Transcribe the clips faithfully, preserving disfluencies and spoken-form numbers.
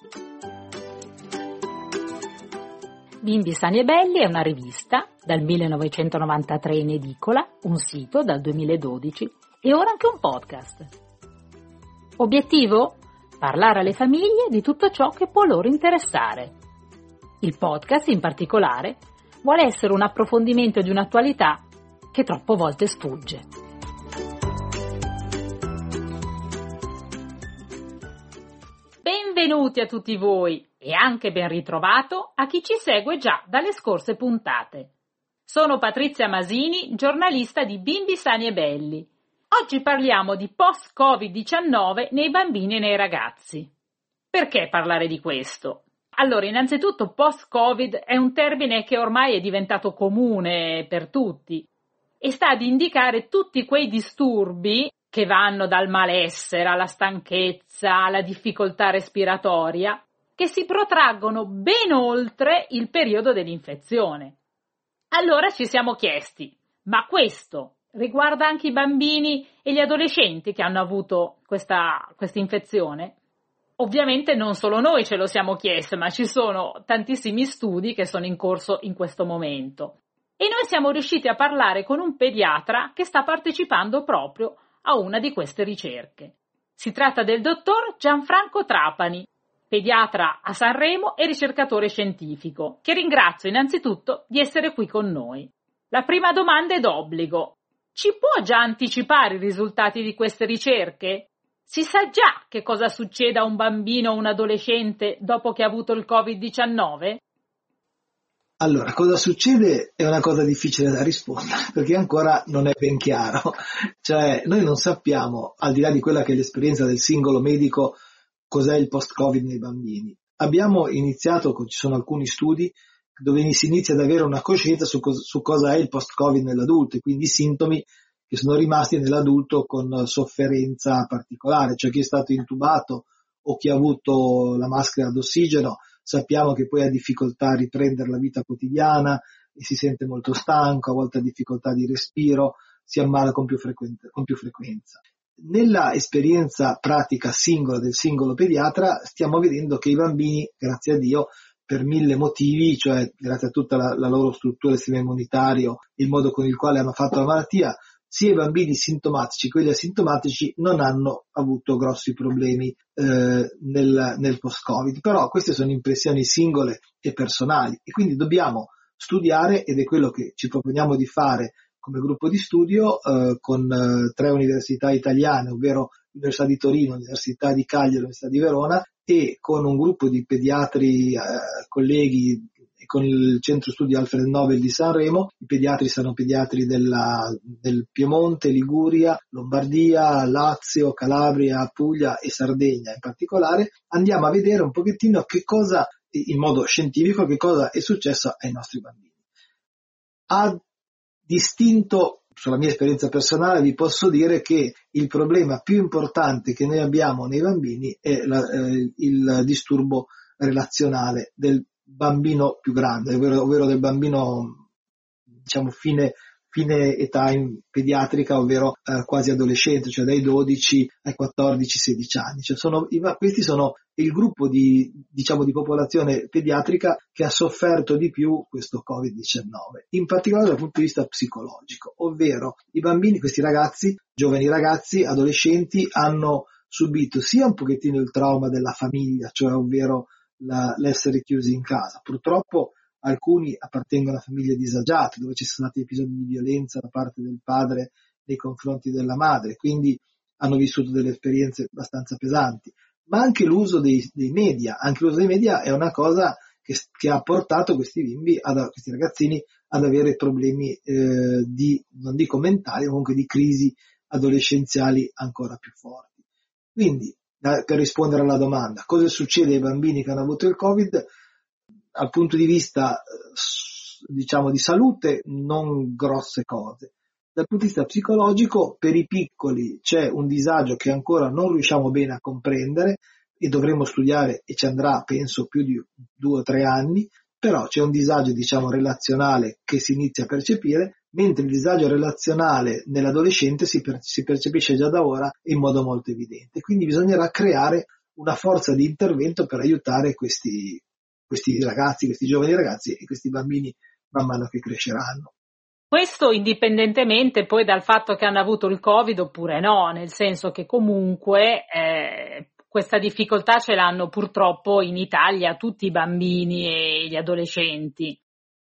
Bimbi Sani e Belli è una rivista dal millenovecentonovantatré in edicola, un sito dal duemiladodici e ora anche un podcast. Obiettivo? Parlare alle famiglie di tutto ciò che può loro interessare. Il podcast, in particolare, vuole essere un approfondimento di un'attualità che troppe volte sfugge. Benvenuti a tutti voi e anche ben ritrovato a chi ci segue già dalle scorse puntate. Sono Patrizia Masini, giornalista di Bimbi Sani e Belli. Oggi parliamo di post-covid diciannove nei bambini e nei ragazzi. Perché parlare di questo? Allora, innanzitutto post-covid è un termine che ormai è diventato comune per tutti e sta ad indicare tutti quei disturbi che vanno dal malessere alla stanchezza, alla difficoltà respiratoria, che si protraggono ben oltre il periodo dell'infezione. Allora ci siamo chiesti, ma questo riguarda anche i bambini e gli adolescenti che hanno avuto questa, questa infezione? Ovviamente non solo noi ce lo siamo chiesti, ma ci sono tantissimi studi che sono in corso in questo momento. E noi siamo riusciti a parlare con un pediatra che sta partecipando proprio a una di queste ricerche. Si tratta del dottor Gianfranco Trapani, pediatra a Sanremo e ricercatore scientifico, che ringrazio innanzitutto di essere qui con noi. La prima domanda è d'obbligo. Ci può già anticipare i risultati di queste ricerche? Si sa già che cosa succede a un bambino o un adolescente dopo che ha avuto il covid diciannove? Allora, cosa succede è una cosa difficile da rispondere, perché ancora non è ben chiaro. Cioè, noi non sappiamo, al di là di quella che è l'esperienza del singolo medico, cos'è il post-Covid nei bambini. Abbiamo iniziato, ci sono alcuni studi dove si inizia ad avere una coscienza su, cos- su cosa è il post-Covid nell'adulto, e quindi i sintomi che sono rimasti nell'adulto con sofferenza particolare, cioè chi è stato intubato o chi ha avuto la maschera d'ossigeno. Sappiamo che poi ha difficoltà a riprendere la vita quotidiana e si sente molto stanco, a volte ha difficoltà di respiro, si ammala con più, frequen- con più frequenza. Nella esperienza pratica singola del singolo pediatra stiamo vedendo che i bambini, grazie a Dio, per mille motivi, cioè grazie a tutta la, la loro struttura del sistema immunitario, il modo con il quale hanno fatto la malattia, sia i bambini sintomatici che quelli asintomatici non hanno avuto grossi problemi eh, nel, nel post-Covid. Però queste sono impressioni singole e personali e quindi dobbiamo studiare, ed è quello che ci proponiamo di fare come gruppo di studio eh, con eh, tre università italiane, ovvero l'Università di Torino, l'Università di Cagliari e l'Università di Verona, e con un gruppo di pediatri eh, colleghi con il centro studi Alfred Nobel di Sanremo. I pediatri sono pediatri della, del Piemonte, Liguria, Lombardia, Lazio, Calabria, Puglia e Sardegna in particolare. Andiamo a vedere un pochettino che cosa, in modo scientifico, che cosa è successo ai nostri bambini. A distinto, sulla mia esperienza personale, vi posso dire che il problema più importante che noi abbiamo nei bambini è la, eh, il disturbo relazionale del bambino più grande, ovvero, ovvero del bambino, diciamo, fine, fine età in pediatrica, ovvero eh, quasi adolescente, cioè dai dodici ai quattordici sedici anni. Cioè sono, questi sono il gruppo di, diciamo, di popolazione pediatrica che ha sofferto di più questo covid diciannove, in particolare dal punto di vista psicologico, ovvero i bambini, questi ragazzi, giovani ragazzi, adolescenti, hanno subito sia un pochettino il trauma della famiglia, cioè ovvero La, l'essere chiusi in casa. Purtroppo alcuni appartengono a famiglie disagiate dove ci sono stati episodi di violenza da parte del padre nei confronti della madre, quindi hanno vissuto delle esperienze abbastanza pesanti, ma anche l'uso dei, dei media, anche l'uso dei media è una cosa che, che ha portato questi bimbi, ad, questi ragazzini ad avere problemi eh, di, non dico mentali, ma comunque di crisi adolescenziali ancora più forti. Quindi, per rispondere alla domanda, cosa succede ai bambini che hanno avuto il Covid? Dal punto di vista, diciamo, di salute, non grosse cose. Dal punto di vista psicologico, per i piccoli c'è un disagio che ancora non riusciamo bene a comprendere e dovremo studiare, e ci andrà, penso, più di due o tre anni, però c'è un disagio, diciamo, relazionale che si inizia a percepire, mentre il disagio relazionale nell'adolescente si, per, si percepisce già da ora in modo molto evidente. Quindi bisognerà creare una forza di intervento per aiutare questi, questi ragazzi, questi giovani ragazzi e questi bambini man mano che cresceranno. Questo indipendentemente poi dal fatto che hanno avuto il Covid oppure no, nel senso che comunque eh, questa difficoltà ce l'hanno purtroppo in Italia tutti i bambini e gli adolescenti.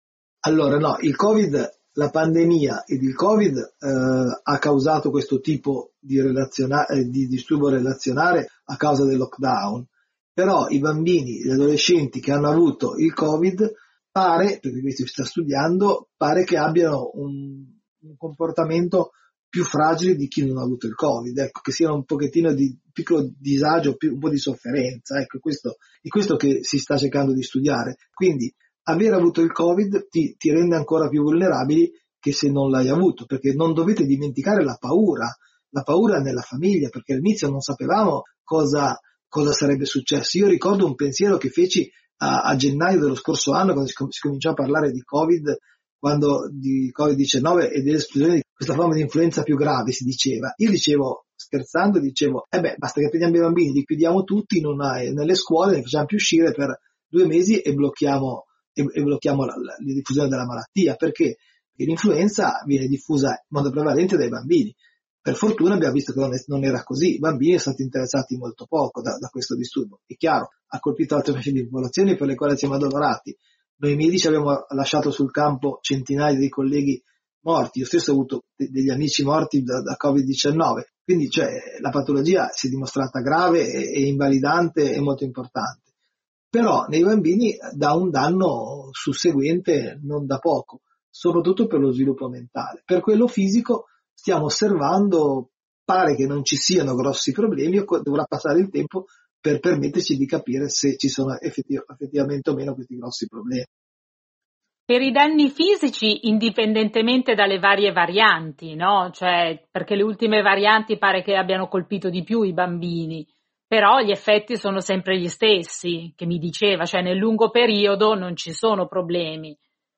Allora no, il Covid, la pandemia ed il Covid eh, ha causato questo tipo di, relaziona- eh, di disturbo relazionale a causa del lockdown, però i bambini, gli adolescenti che hanno avuto il Covid pare, perché questo si sta studiando, pare che abbiano un, un comportamento più fragile di chi non ha avuto il Covid, ecco, che siano un pochettino di piccolo disagio, più, un po' di sofferenza, ecco, questo, è questo che si sta cercando di studiare. Quindi aver avuto il Covid ti, ti rende ancora più vulnerabili che se non l'hai avuto, perché non dovete dimenticare la paura, la paura nella famiglia, perché all'inizio non sapevamo cosa, cosa sarebbe successo. Io ricordo un pensiero che feci a, a gennaio dello scorso anno, quando si, si cominciò a parlare di Covid, quando di covid diciannove e dell'esplosione di questa forma di influenza più grave, si diceva. Io dicevo, scherzando, dicevo, eh beh, basta che prendiamo i bambini, li chiudiamo tutti in una, nelle scuole, ne facciamo più uscire per due mesi e blocchiamo, e, e blocchiamo la, la, la diffusione della malattia, perché l'influenza viene diffusa in modo prevalente dai bambini. Per fortuna abbiamo visto che non, è, non era così, i bambini sono stati interessati molto poco da, da questo disturbo. È chiaro, ha colpito altre fasce di popolazione per le quali siamo adoperati. Noi medici abbiamo lasciato sul campo centinaia di colleghi morti, io stesso ho avuto de- degli amici morti da, da covid diciannove, quindi cioè, la patologia si è dimostrata grave e, e invalidante e molto importante. Però nei bambini dà un danno susseguente non da poco, soprattutto per lo sviluppo mentale. Per quello fisico stiamo osservando, pare che non ci siano grossi problemi, dovrà passare il tempo per permetterci di capire se ci sono effettiv- effettivamente o meno questi grossi problemi. Per i danni fisici, indipendentemente dalle varie varianti, no? Cioè, perché le ultime varianti pare che abbiano colpito di più i bambini, però gli effetti sono sempre gli stessi, che mi diceva, cioè nel lungo periodo non ci sono problemi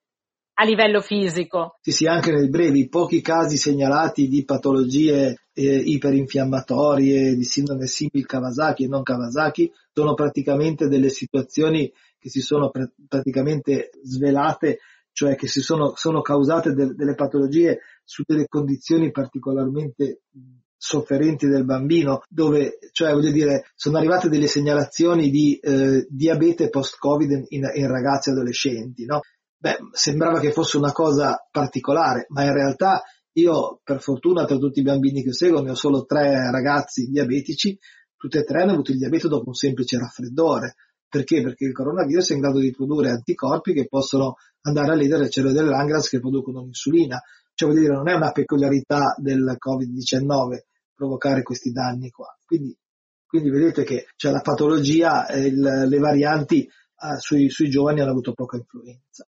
a livello fisico. Sì, sì, anche nel breve, i pochi casi segnalati di patologie eh, iperinfiammatorie, di sindrome simil Kawasaki e non Kawasaki, sono praticamente delle situazioni che si sono pr- praticamente svelate, cioè che si sono, sono causate de- delle patologie su delle condizioni particolarmente sofferenti del bambino, dove, cioè voglio dire, sono arrivate delle segnalazioni di eh, diabete post-Covid in, in ragazzi e adolescenti, no? Beh, sembrava che fosse una cosa particolare, ma in realtà io, per fortuna, tra tutti i bambini che seguo, ne ho solo tre ragazzi diabetici, tutti e tre hanno avuto il diabete dopo un semplice raffreddore. Perché? Perché il coronavirus è in grado di produrre anticorpi che possono andare a ledere le cellule del Langerhans che producono l'insulina. Cioè, voglio dire, non è una peculiarità del covid diciannove provocare questi danni qua. Quindi, quindi vedete che cioè, la patologia, eh, il, le varianti eh, sui, sui giovani hanno avuto poca influenza.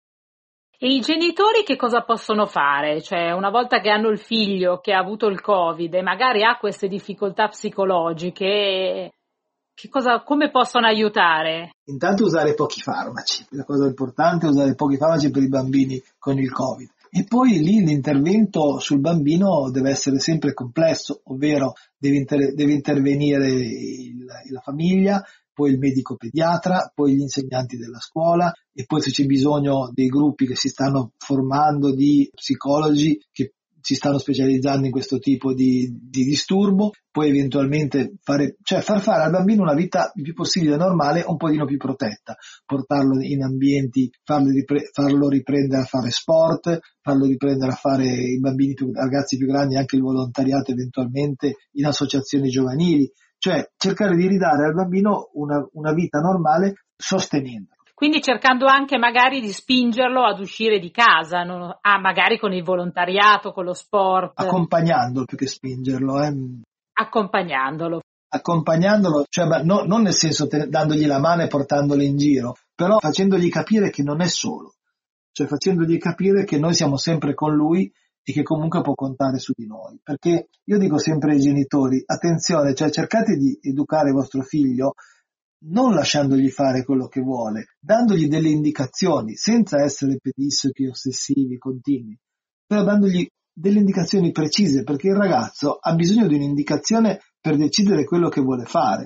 E i genitori che cosa possono fare? Cioè, una volta che hanno il figlio che ha avuto il Covid e magari ha queste difficoltà psicologiche, che cosa, come possono aiutare? Intanto usare pochi farmaci, la cosa importante è usare pochi farmaci per i bambini con il Covid. E poi lì l'intervento sul bambino deve essere sempre complesso, ovvero deve, inter- deve intervenire il, la famiglia, poi il medico pediatra, poi gli insegnanti della scuola e poi se c'è bisogno dei gruppi che si stanno formando di psicologi che si stanno specializzando in questo tipo di, di disturbo, poi eventualmente fare, cioè far fare al bambino una vita il più possibile normale, un pochino più protetta, portarlo in ambienti, farlo, ripre- farlo riprendere a fare sport, farlo riprendere a fare i bambini più, ragazzi più grandi, anche il volontariato eventualmente in associazioni giovanili, cioè cercare di ridare al bambino una, una vita normale sostenendo. Quindi cercando anche magari di spingerlo ad uscire di casa, non, ah, magari con il volontariato, con lo sport. Accompagnandolo più che spingerlo. Eh. Accompagnandolo. Accompagnandolo, cioè no, non nel senso te, dandogli la mano e portandolo in giro, però facendogli capire che non è solo, cioè facendogli capire che noi siamo sempre con lui e che comunque può contare su di noi. Perché io dico sempre ai genitori, attenzione, cioè cercate di educare vostro figlio non lasciandogli fare quello che vuole, dandogli delle indicazioni, senza essere pedissequi, ossessivi, continui, però dandogli delle indicazioni precise, perché il ragazzo ha bisogno di un'indicazione per decidere quello che vuole fare.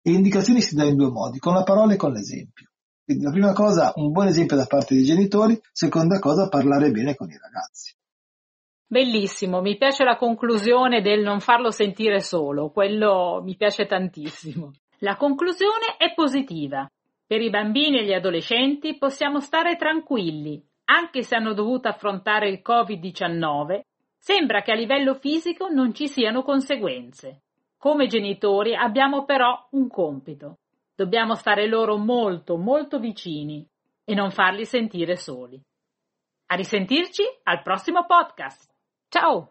E indicazioni si dà in due modi, con la parola e con l'esempio. Quindi la prima cosa, un buon esempio da parte dei genitori, seconda cosa, parlare bene con i ragazzi. Bellissimo, mi piace la conclusione del non farlo sentire solo, quello mi piace tantissimo. La conclusione è positiva. Per i bambini e gli adolescenti possiamo stare tranquilli, anche se hanno dovuto affrontare il covid diciannove, sembra che a livello fisico non ci siano conseguenze. Come genitori abbiamo però un compito. Dobbiamo stare loro molto, molto vicini e non farli sentire soli. A risentirci al prossimo podcast. Ciao!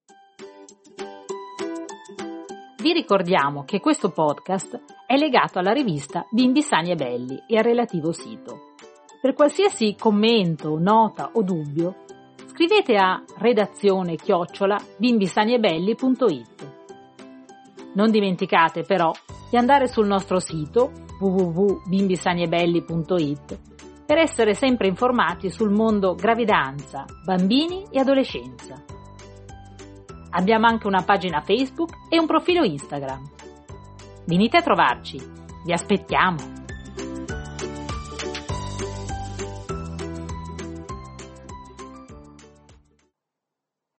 Vi ricordiamo che questo podcast è legato alla rivista Bimbi Sani e Belli e al relativo sito. Per qualsiasi commento, nota o dubbio, scrivete a redazione chiocciola bimbisaniebelli punto it. Non dimenticate però di andare sul nostro sito w w w punto bimbisaniebelli punto it per essere sempre informati sul mondo gravidanza, bambini e adolescenza. Abbiamo anche una pagina Facebook e un profilo Instagram. Venite a trovarci, vi aspettiamo!